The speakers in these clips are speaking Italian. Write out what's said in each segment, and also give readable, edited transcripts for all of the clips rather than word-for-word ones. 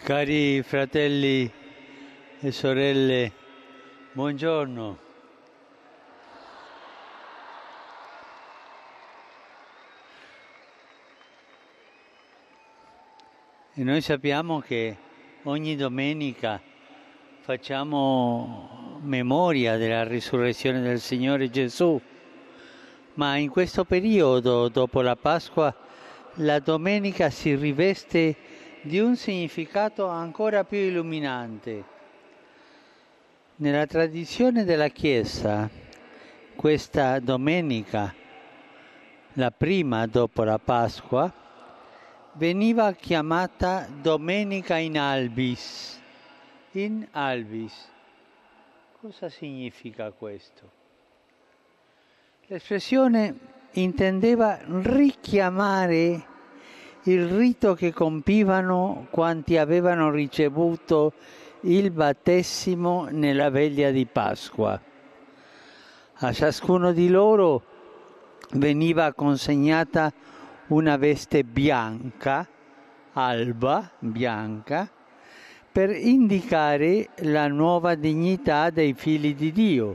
Cari fratelli e sorelle, buongiorno. E noi sappiamo che ogni domenica facciamo memoria della risurrezione del Signore Gesù, ma in questo periodo, dopo la Pasqua, la domenica si riveste di un significato ancora più illuminante. Nella tradizione della Chiesa, questa domenica, la prima dopo la Pasqua, veniva chiamata Domenica in Albis. In Albis. Cosa significa questo? L'espressione intendeva richiamare il rito che compivano quanti avevano ricevuto il battesimo nella veglia di Pasqua. A ciascuno di loro veniva consegnata una veste bianca, alba, bianca, per indicare la nuova dignità dei figli di Dio.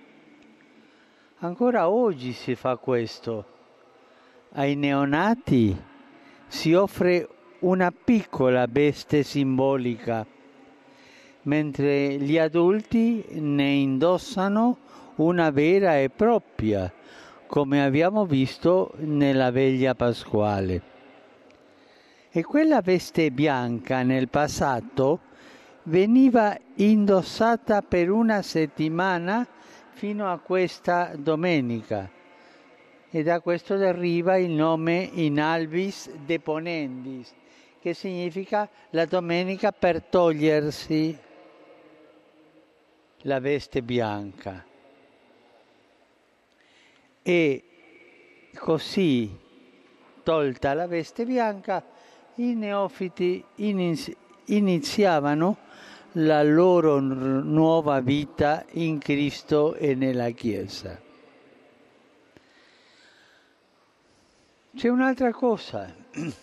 Ancora oggi si fa questo. Ai neonati si offre una piccola veste simbolica, mentre gli adulti ne indossano una vera e propria, come abbiamo visto nella veglia pasquale. E quella veste bianca nel passato veniva indossata per una settimana fino a questa domenica. E da questo deriva il nome in albis deponendis, che significa la domenica per togliersi la veste bianca. E così, tolta la veste bianca, i neofiti iniziavano la loro nuova vita in Cristo e nella Chiesa. C'è un'altra cosa.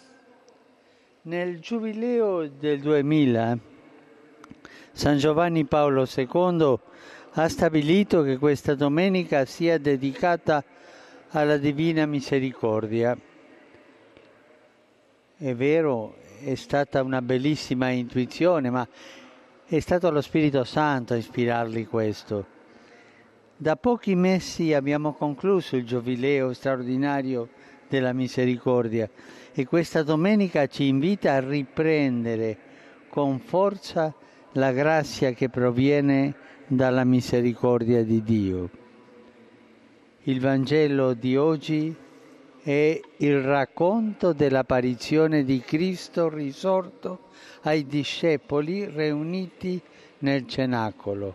Nel Giubileo del 2000, San Giovanni Paolo II ha stabilito che questa domenica sia dedicata alla Divina Misericordia. È vero, è stata una bellissima intuizione, ma è stato lo Spirito Santo a ispirarli questo. Da pochi mesi abbiamo concluso il Giubileo straordinario della Misericordia e questa domenica ci invita a riprendere con forza la grazia che proviene dalla misericordia di Dio. Il Vangelo di oggi è il racconto dell'apparizione di Cristo risorto ai discepoli riuniti nel cenacolo.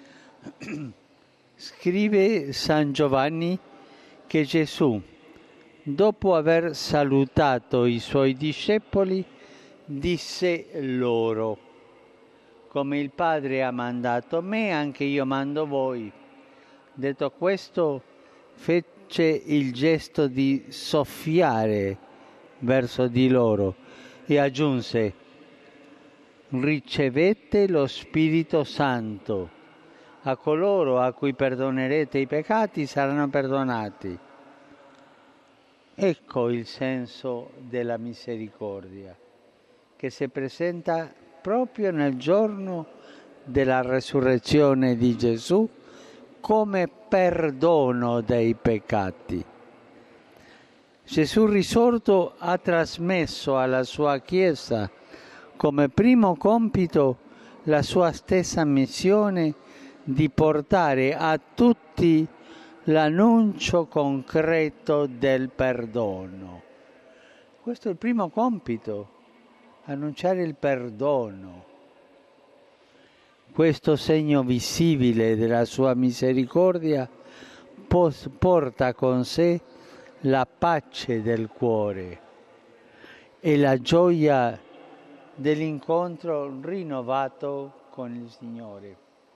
Scrive San Giovanni che Gesù, dopo aver salutato i suoi discepoli, disse loro: come il Padre ha mandato me, anche io mando voi. Detto questo, fece il gesto di soffiare verso di loro e aggiunse: ricevete lo Spirito Santo. A coloro a cui perdonerete i peccati saranno perdonati. Ecco il senso della misericordia, che si presenta proprio nel giorno della resurrezione di Gesù come perdono dei peccati. Gesù risorto ha trasmesso alla sua Chiesa come primo compito la sua stessa missione di portare a tutti l'annuncio concreto del perdono. Questo è il primo compito. Annunciare il perdono, questo segno visibile della sua misericordia porta con sé la pace del cuore e la gioia dell'incontro rinnovato con il Signore.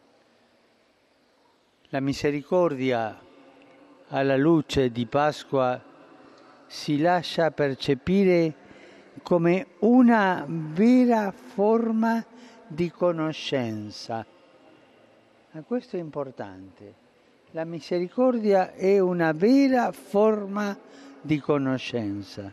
La misericordia alla luce di Pasqua si lascia percepire come una vera forma di conoscenza. Ma questo è importante. La misericordia è una vera forma di conoscenza.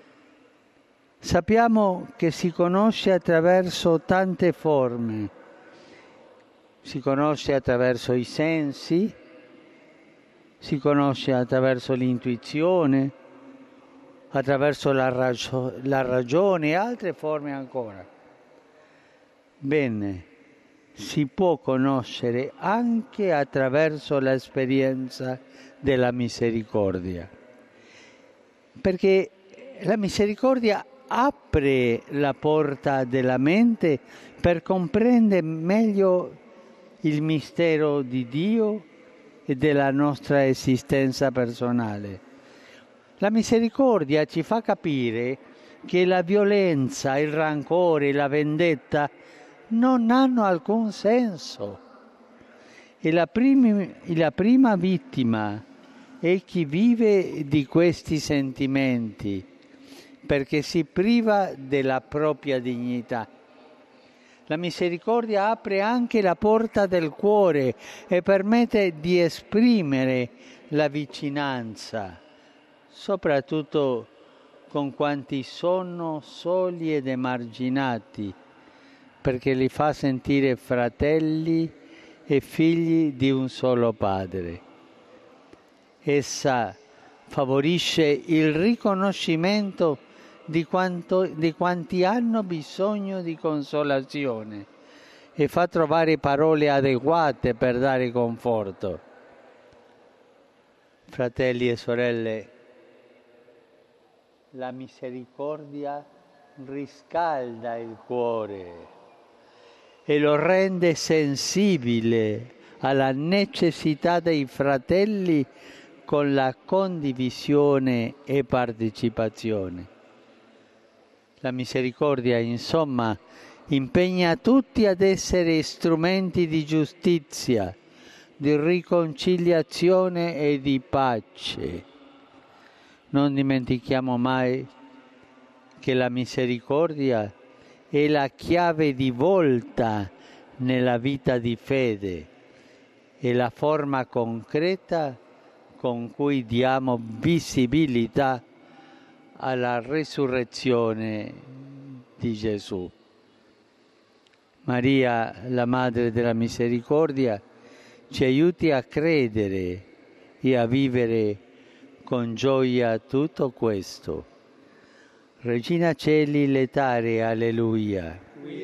Sappiamo che si conosce attraverso tante forme. Si conosce attraverso i sensi, si conosce attraverso l'intuizione, attraverso la ragione e altre forme ancora. Bene, si può conoscere anche attraverso l'esperienza della misericordia, perché la misericordia apre la porta della mente per comprendere meglio il mistero di Dio e della nostra esistenza personale. La misericordia ci fa capire che la violenza, il rancore, la vendetta non hanno alcun senso. E la prima vittima è chi vive di questi sentimenti, perché si priva della propria dignità. La misericordia apre anche la porta del cuore e permette di esprimere la vicinanza, soprattutto con quanti sono soli ed emarginati, perché li fa sentire fratelli e figli di un solo Padre. Essa favorisce il riconoscimento di quanti hanno bisogno di consolazione e fa trovare parole adeguate per dare conforto. Fratelli e sorelle, la misericordia riscalda il cuore e lo rende sensibile alla necessità dei fratelli con la condivisione e partecipazione. La misericordia, insomma, impegna tutti ad essere strumenti di giustizia, di riconciliazione e di pace. Non dimentichiamo mai che la misericordia è la chiave di volta nella vita di fede, è la forma concreta con cui diamo visibilità alla resurrezione di Gesù. Maria, la Madre della Misericordia, ci aiuti a credere e a vivere con gioia tutto questo. Regina Celi letare, alleluia.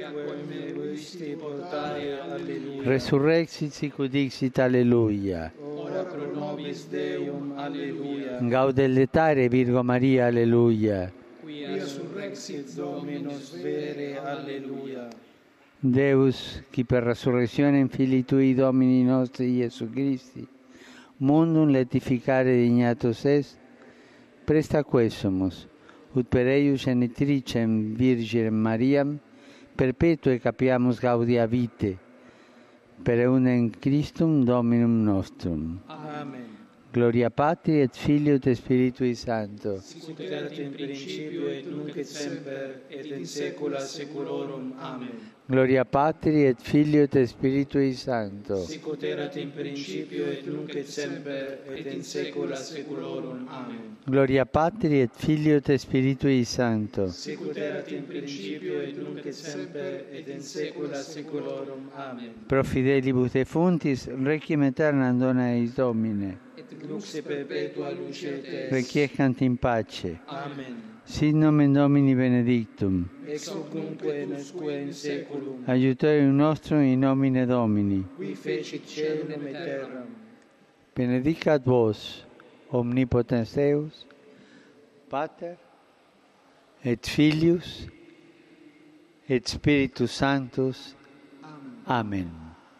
Resurrexit sicut dixit, alleluia. Ora pro nobis Deum, alleluia. Gaudet letare, Virgo Maria, alleluia. Quia surrexit Dominus vere, alleluia. Deus, qui per resurrezione in Filii Tui Domini nostri Iesu Christi, mundum letificare dignatus est, presta quesumus, ut per eius genitricem Virginem Mariam, perpetue capiamus gaudia vitae, per eundem Christum Dominum nostrum. Amen. Gloria Patri et Filio et Spiritui Sancto. Sicut erat in principio et nunc et semper et in saecula saeculorum. Amen. Gloria Patri et Filio et Spiritui Sancto. Sicut erat in principio et nunc et semper et in saecula saeculorum. Amen. Gloria Patri et Filio et Spiritui Sancto. Sicut erat in principio et nunc et semper et in saecula saeculorum. Amen. Pro fidelibus defuntis, requiem aeternam dona eis Domine. Et lux perpetua lucet est. Requiescant in pace. Amen. Sit nomen Domini benedictum. Ex hoc nunquam usque in saeculum. Aiutorium nostrum in nomine Domini. Qui fecit caelum et terram. Benedicat vos, omnipotens Deus, Pater, et Filius, et Spiritus Sanctus. Amen.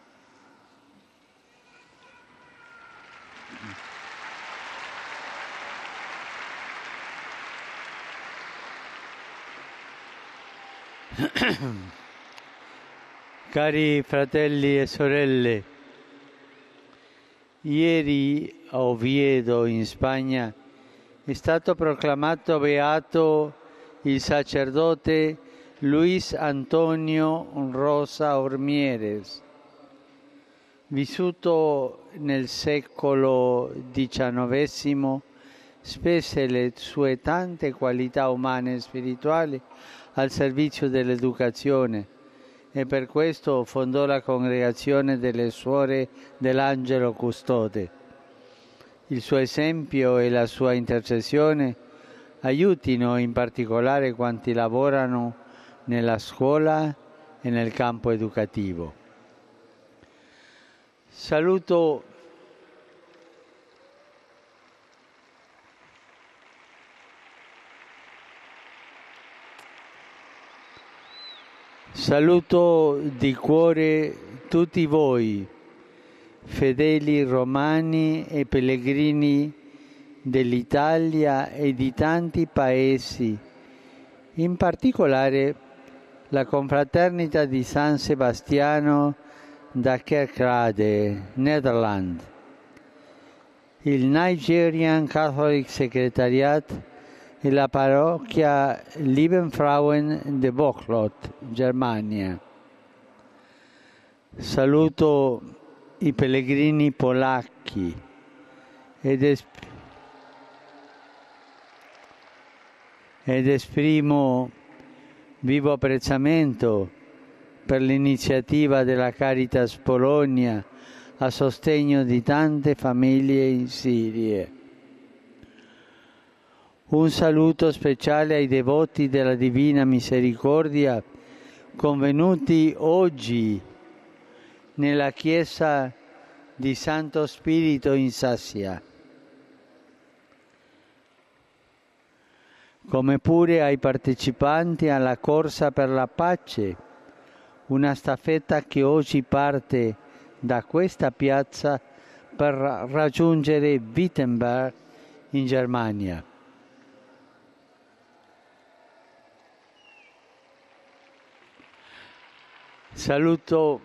Cari fratelli e sorelle, ieri a Oviedo in Spagna è stato proclamato beato il sacerdote Luis Antonio Rosa Ormieres, vissuto nel secolo XIX, spese le sue tante qualità umane e spirituali al servizio dell'educazione e per questo fondò la congregazione delle Suore dell'Angelo Custode. Il suo esempio e la sua intercessione aiutino in particolare quanti lavorano nella scuola e nel campo educativo. Saluto di cuore tutti voi, fedeli romani e pellegrini dell'Italia e di tanti paesi, in particolare la confraternita di San Sebastiano da Kerkrade, Nederland, il Nigerian Catholic Secretariat e la parrocchia Liebenfrauen de Bochlot, Germania. Saluto i pellegrini polacchi ed esprimo vivo apprezzamento per l'iniziativa della Caritas Polonia a sostegno di tante famiglie in Siria. Un saluto speciale ai devoti della Divina Misericordia convenuti oggi nella chiesa di Santo Spirito in Sassia, come pure ai partecipanti alla Corsa per la Pace, una staffetta che oggi parte da questa piazza per raggiungere Wittenberg in Germania. Saluto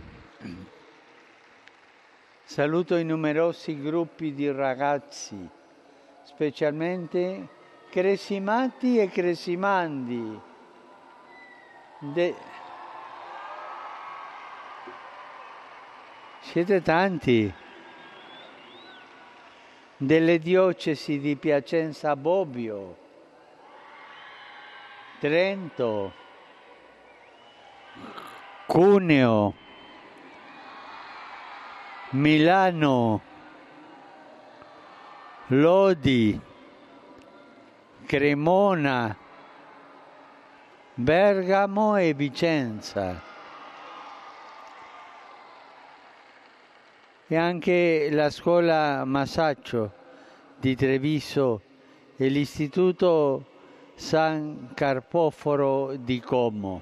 i numerosi gruppi di ragazzi, specialmente cresimati e cresimandi siete tanti, delle diocesi di Piacenza Bobbio, Trento, Cuneo, Milano, Lodi, Cremona, Bergamo e Vicenza. E anche la scuola Masaccio di Treviso e l'istituto San Carpoforo di Como.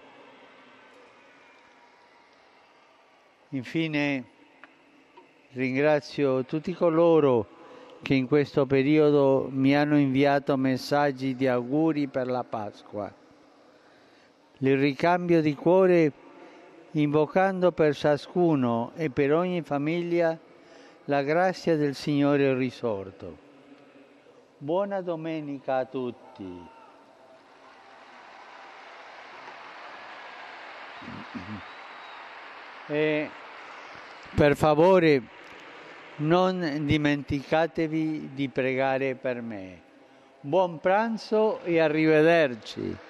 Infine ringrazio tutti coloro che in questo periodo mi hanno inviato messaggi di auguri per la Pasqua. Il ricambio di cuore invocando per ciascuno e per ogni famiglia la grazia del Signore risorto. Buona domenica a tutti. E per favore non dimenticatevi di pregare per me. Buon pranzo e arrivederci.